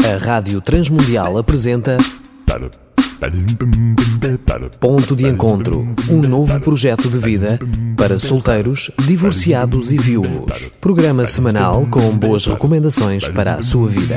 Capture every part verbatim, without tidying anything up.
A Rádio Transmundial apresenta Ponto de Encontro, um novo projeto de vida para solteiros, divorciados e viúvos. Programa semanal com boas recomendações para a sua vida.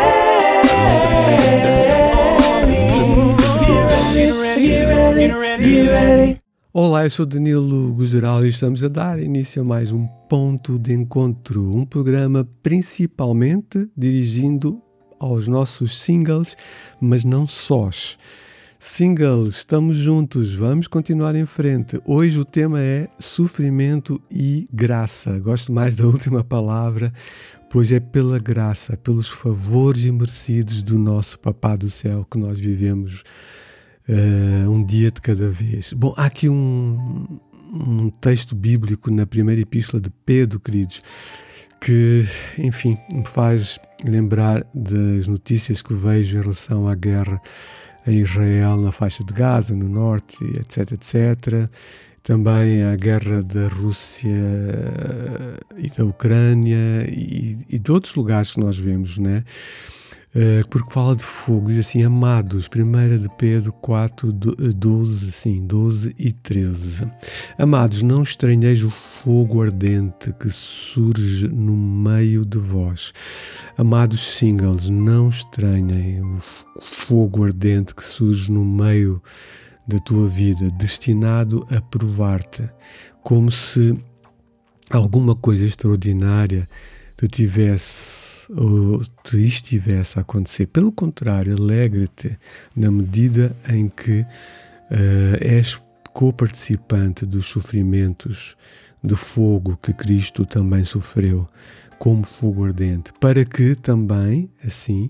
Olá, eu sou Danilo Gugeral e estamos a dar início a mais um Ponto de Encontro, um programa principalmente dirigindo aos nossos singles, mas não sós. Singles, estamos juntos, vamos continuar em frente. Hoje o tema é sofrimento e graça. Gosto mais da última palavra, pois é pela graça, pelos favores imerecidos do nosso Papá do Céu que nós vivemos uh, um dia de cada vez. Bom, há aqui um, um texto bíblico na primeira epístola de Pedro, queridos, que, enfim, me faz lembrar das notícias que vejo em relação à guerra em Israel, na faixa de Gaza, no norte, etc, etcétera. Também a guerra da Rússia e da Ucrânia e, e de outros lugares que nós vemos, né? Uh, porque fala de fogo, diz assim, amados, primeira de Pedro quatro, doze, sim, doze e treze. Amados, não estranheis o fogo ardente que surge no meio de vós. Amados singles, não estranhem o fogo ardente que surge no meio da tua vida, destinado a provar-te, como se alguma coisa extraordinária te tivesse ou te estivesse a acontecer. Pelo contrário, alegre-te na medida em que uh, és co-participante dos sofrimentos de fogo que Cristo também sofreu, como fogo ardente, para que também, assim,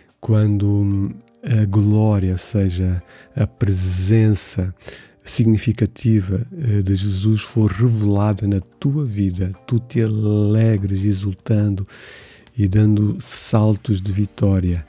quando a glória, seja a presença significativa uh, de Jesus for revelada na tua vida, tu te alegres, exultando e dando saltos de vitória.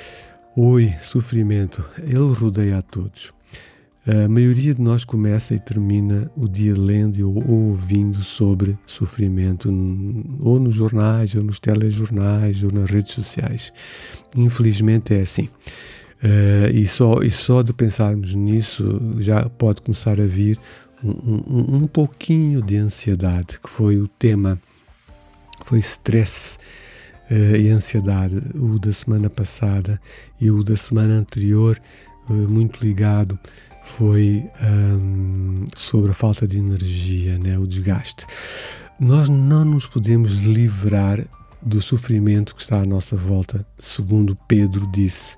Oi, sofrimento, ele rodeia a todos. A maioria de nós começa e termina o dia lendo ou ouvindo sobre sofrimento, ou nos jornais, ou nos telejornais, ou nas redes sociais. Infelizmente é assim. Uh, e, só, e só de pensarmos nisso já pode começar a vir um, um, um pouquinho de ansiedade, que foi o tema, foi stress Uh, e ansiedade, o da semana passada e o da semana anterior, uh, muito ligado, foi um, sobre a falta de energia, né, o desgaste. Nós não nos podemos livrar do sofrimento que está à nossa volta, segundo Pedro disse.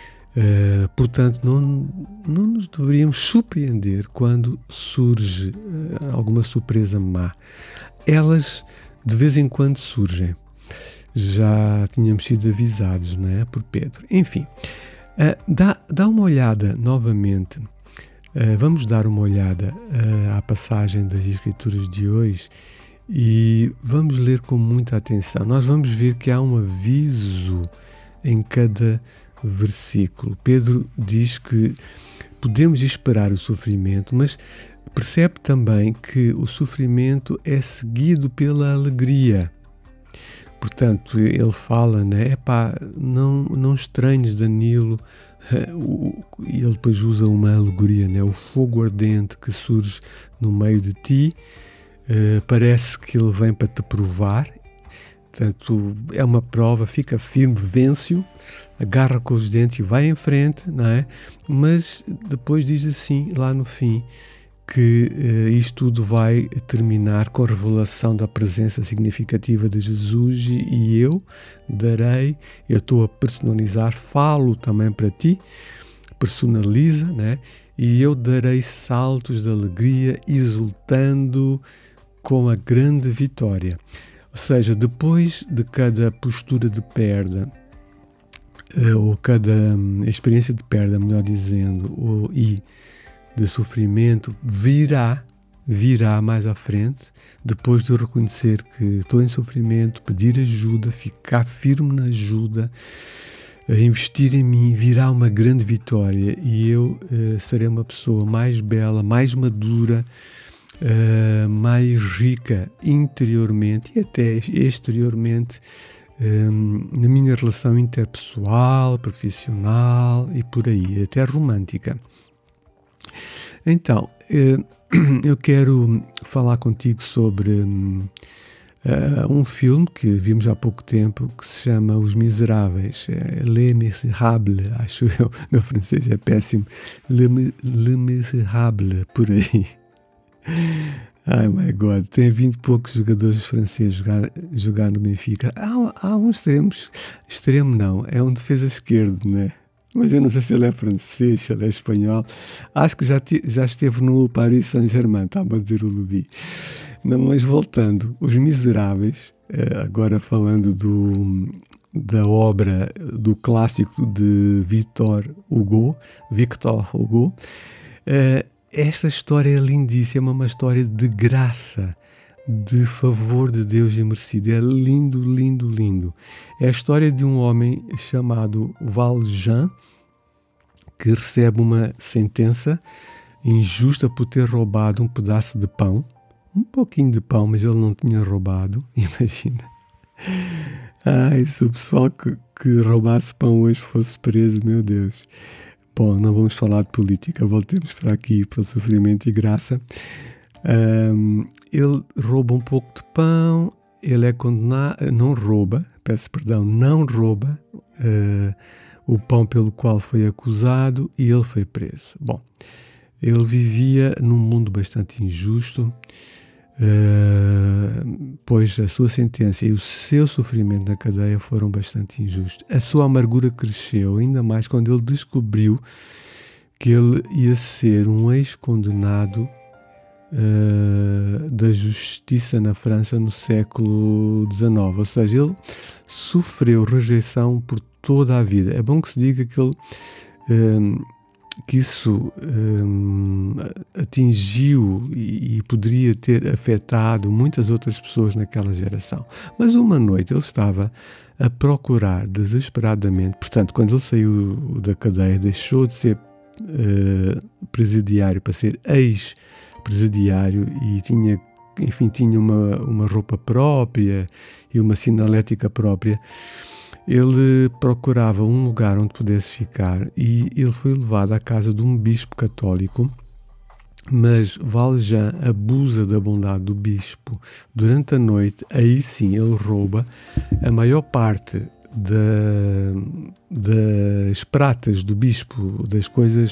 Uh, portanto, não, não nos deveríamos surpreender quando surge uh, alguma surpresa má. Elas, de vez em quando, surgem. Já tínhamos sido avisados, não é, por Pedro. Enfim, uh, dá, dá uma olhada novamente, uh, vamos dar uma olhada uh, à passagem das Escrituras de hoje e vamos ler com muita atenção. Nós vamos ver que há um aviso em cada versículo. Pedro diz que podemos esperar o sofrimento, mas percebe também que o sofrimento é seguido pela alegria. Portanto, ele fala, né? Epá, não, não estranhes, Danilo. E ele depois usa uma alegoria, né? O fogo ardente que surge no meio de ti, uh, parece que ele vem para te provar. Portanto, é uma prova, fica firme, vence-o, agarra com os dentes e vai em frente, não é? Mas depois diz assim, lá no fim, que uh, isto tudo vai terminar com a revelação da presença significativa de Jesus e, e eu darei, eu estou a personalizar, falo também para ti, personaliza, né? E eu darei saltos de alegria, exultando com a grande vitória. Ou seja, depois de cada postura de perda, uh, ou cada um, experiência de perda, melhor dizendo, ou, e de sofrimento, virá, virá mais à frente, depois de eu reconhecer que estou em sofrimento, pedir ajuda, ficar firme na ajuda, investir em mim, virá uma grande vitória e eu uh, serei uma pessoa mais bela, mais madura, uh, mais rica interiormente e até exteriormente, um, na minha relação interpessoal, profissional e por aí, até romântica. Então, uh, eu quero falar contigo sobre um, uh, um filme que vimos há pouco tempo que se chama Os Miseráveis, é Les Misérables, acho eu, meu francês é péssimo, Le, Le Misérable, por aí. Ai, my God, tem vinte e poucos jogadores franceses jogar, jogar no Benfica. Há, há um extremo, extremo não, é um defesa esquerdo, né? Mas eu não sei se ele é francês, se ele é espanhol. Acho que já, te, já esteve no Paris Saint-Germain, estava a dizer o Lubi. Não, mas voltando, Os Miseráveis, agora falando do, da obra, do clássico de Victor Hugo, Victor Hugo, esta história é lindíssima, é uma história de graça, de favor de Deus imerecido. É lindo, lindo, lindo. É a história de um homem chamado Valjean, que recebe uma sentença injusta por ter roubado um pedaço de pão. Um pouquinho de pão, mas ele não tinha roubado. Imagina. Ai, se o pessoal que, que roubasse pão hoje fosse preso, meu Deus. Bom, não vamos falar de política, voltemos para aqui, para o sofrimento e graça. Um, ele rouba um pouco de pão, ele é condenado, não rouba, peço perdão, não rouba uh, o pão pelo qual foi acusado e ele foi preso. Bom, ele vivia num mundo bastante injusto, uh, pois a sua sentença e o seu sofrimento na cadeia foram bastante injustos. A sua amargura cresceu ainda mais quando ele descobriu que ele ia ser um ex-condenado Uh, da justiça na França no século dezenove, ou seja, ele sofreu rejeição por toda a vida. É bom que se diga que, ele, um, que isso um, atingiu e, e poderia ter afetado muitas outras pessoas naquela geração. Mas uma noite ele estava a procurar desesperadamente, portanto, quando ele saiu da cadeia, deixou de ser uh, presidiário para ser ex presidiário e tinha, enfim, tinha uma, uma roupa própria e uma sinalética própria. Ele procurava um lugar onde pudesse ficar e ele foi levado à casa de um bispo católico, mas Valjean abusa da bondade do bispo. Durante a noite, aí sim, ele rouba a maior parte da, das pratas do bispo, das coisas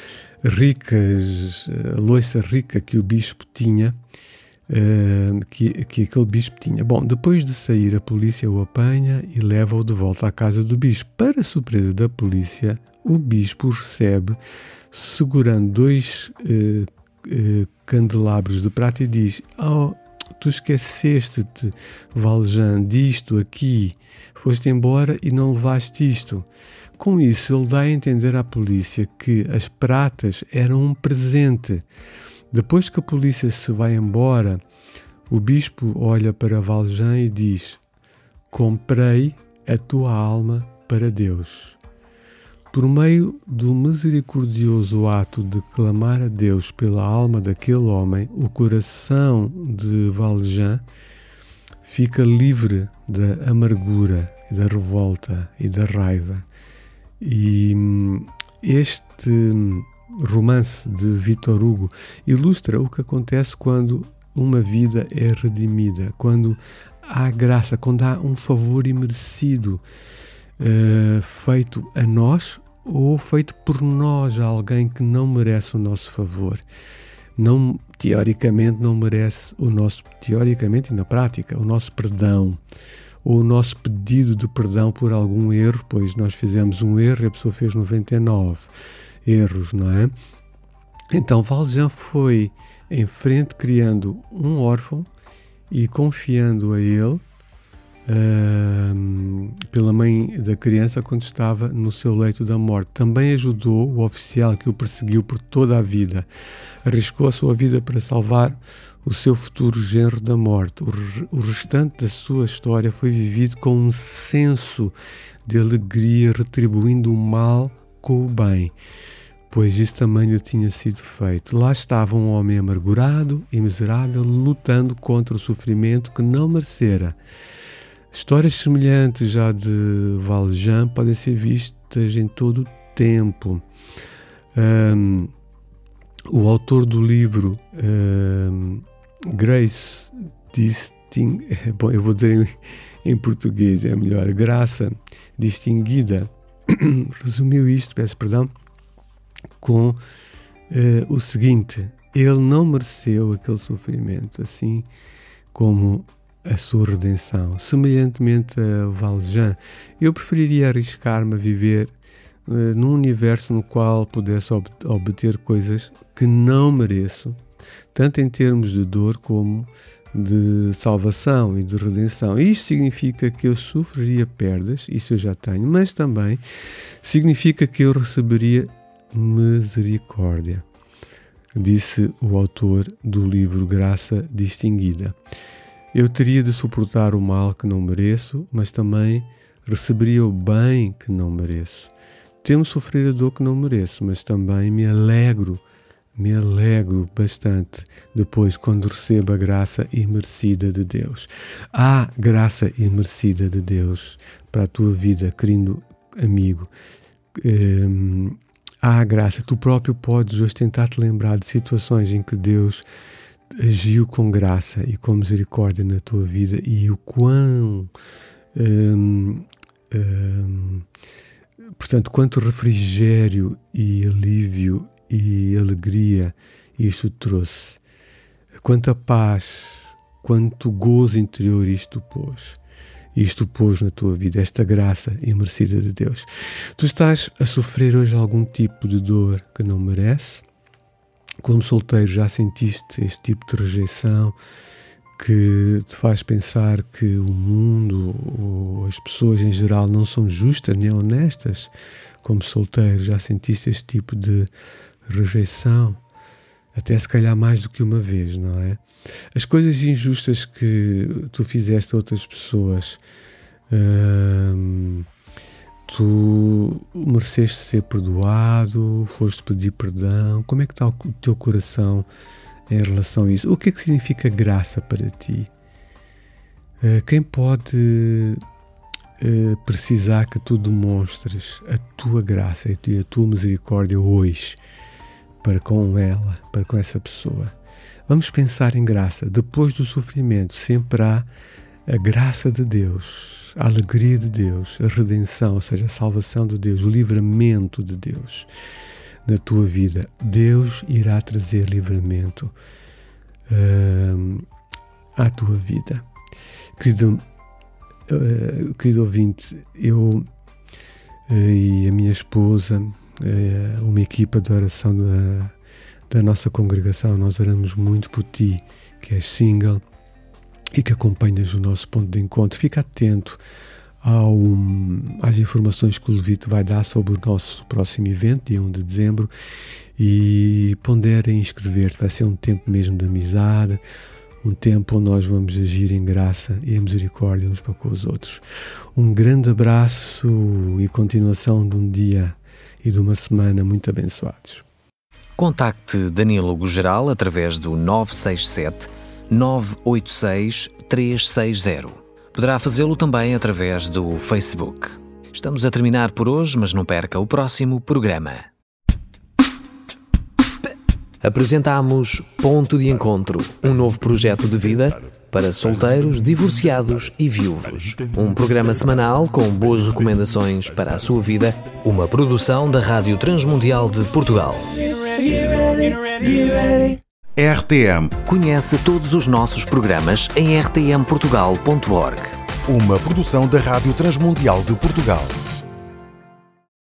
ricas, a louça rica que o bispo tinha, uh, que, que aquele bispo tinha. Bom, depois de sair, a polícia o apanha e leva-o de volta à casa do bispo. Para surpresa da polícia, o bispo recebe segurando dois uh, uh, candelabros de prata e diz: oh, tu esqueceste-te, Valjean, disto aqui, foste embora e não levaste isto. Com isso, ele dá a entender à polícia que as pratas eram um presente. Depois que a polícia se vai embora, o bispo olha para Valjean e diz: comprei a tua alma para Deus. Por meio do misericordioso ato de clamar a Deus pela alma daquele homem, o coração de Valjean fica livre da amargura, da revolta e da raiva. E este romance de Victor Hugo ilustra o que acontece quando uma vida é redimida, quando há graça, quando há um favor imerecido uh, feito a nós ou feito por nós a alguém que não merece o nosso favor. Não, teoricamente não merece o nosso, teoricamente e na prática, o nosso perdão, ou o nosso pedido de perdão por algum erro, pois nós fizemos um erro e a pessoa fez noventa e nove erros, não é? Então Valjean foi em frente criando um órfão e confiando a ele uh, pela mãe da criança quando estava no seu leito da morte. Também ajudou o oficial que o perseguiu por toda a vida. Arriscou a sua vida para salvar o seu futuro genro da morte. O, o restante da sua história foi vivido com um senso de alegria, retribuindo o mal com o bem, pois isso também lhe tinha sido feito. Lá estava um homem amargurado e miserável, lutando contra o sofrimento que não merecera. Histórias semelhantes já de Valjean podem ser vistas em todo o tempo. Um, o autor do livro um, Grace Disting... Bom, eu vou dizer em, em português, é melhor. Graça Distinguida. Resumiu isto, peço perdão, com uh, o seguinte: ele não mereceu aquele sofrimento, assim como a sua redenção. Semelhantemente a Valjean, eu preferiria arriscar-me a viver uh, num universo no qual pudesse ob- obter coisas que não mereço, tanto em termos de dor como de salvação e de redenção. Isto significa que eu sofreria perdas, isso eu já tenho, mas também significa que eu receberia misericórdia, disse o autor do livro Graça Distinguida. Eu teria de suportar o mal que não mereço, mas também receberia o bem que não mereço. Temo sofrer a dor que não mereço, mas também me alegro, me alegro bastante depois quando recebo a graça imerecida de Deus. Há graça imerecida de Deus para a tua vida, querido amigo. Hum, há graça. Tu próprio podes hoje tentar te lembrar de situações em que Deus agiu com graça e com misericórdia na tua vida e o quão hum, hum, portanto, quanto refrigério e alívio e alegria isto trouxe, quanta paz, quanto gozo interior isto pôs isto pôs na tua vida, esta graça imerecida de Deus. Tu estás a sofrer hoje algum tipo de dor que não merece? Como solteiro já sentiste este tipo de rejeição que te faz pensar que o mundo ou as pessoas em geral não são justas nem honestas? Como solteiro já sentiste este tipo de rejeição? Até se calhar mais do que uma vez, não é? As coisas injustas que tu fizeste a outras pessoas, hum, tu mereceste ser perdoado, foste pedir perdão. Como é que está o teu coração em relação a isso? O que é que significa graça para ti? Uh, quem pode uh, precisar que tu demonstres a tua graça e a tua misericórdia hoje para com ela, para com essa pessoa? Vamos pensar em graça. Depois do sofrimento sempre há a graça de Deus, a alegria de Deus, a redenção, ou seja, a salvação de Deus, o livramento de Deus na tua vida. Deus irá trazer livramento uh, à tua vida. Querido, uh, querido ouvinte, eu uh, e a minha esposa, uh, uma equipa de oração da, da nossa congregação, nós oramos muito por ti, que és single e que acompanhas o nosso ponto de encontro. Fica atento ao, às informações que o Levite vai dar sobre o nosso próximo evento, dia um de dezembro, e pondera inscrever-te. Vai ser um tempo mesmo de amizade, um tempo onde nós vamos agir em graça e em misericórdia uns para com os outros. Um grande abraço e continuação de um dia e de uma semana muito abençoados. Contacte Danilo Gugeral através do nove seis sete, nove oito seis, três seis zero. Poderá fazê-lo também através do Facebook. Estamos a terminar por hoje, mas não perca o próximo programa. Apresentamos Ponto de Encontro, um novo projeto de vida para solteiros, divorciados e viúvos. Um programa semanal com boas recomendações para a sua vida, uma produção da Rádio Transmundial de Portugal. R T M. Conhece todos os nossos programas em r t m portugal ponto org. Uma produção da Rádio Transmundial de Portugal.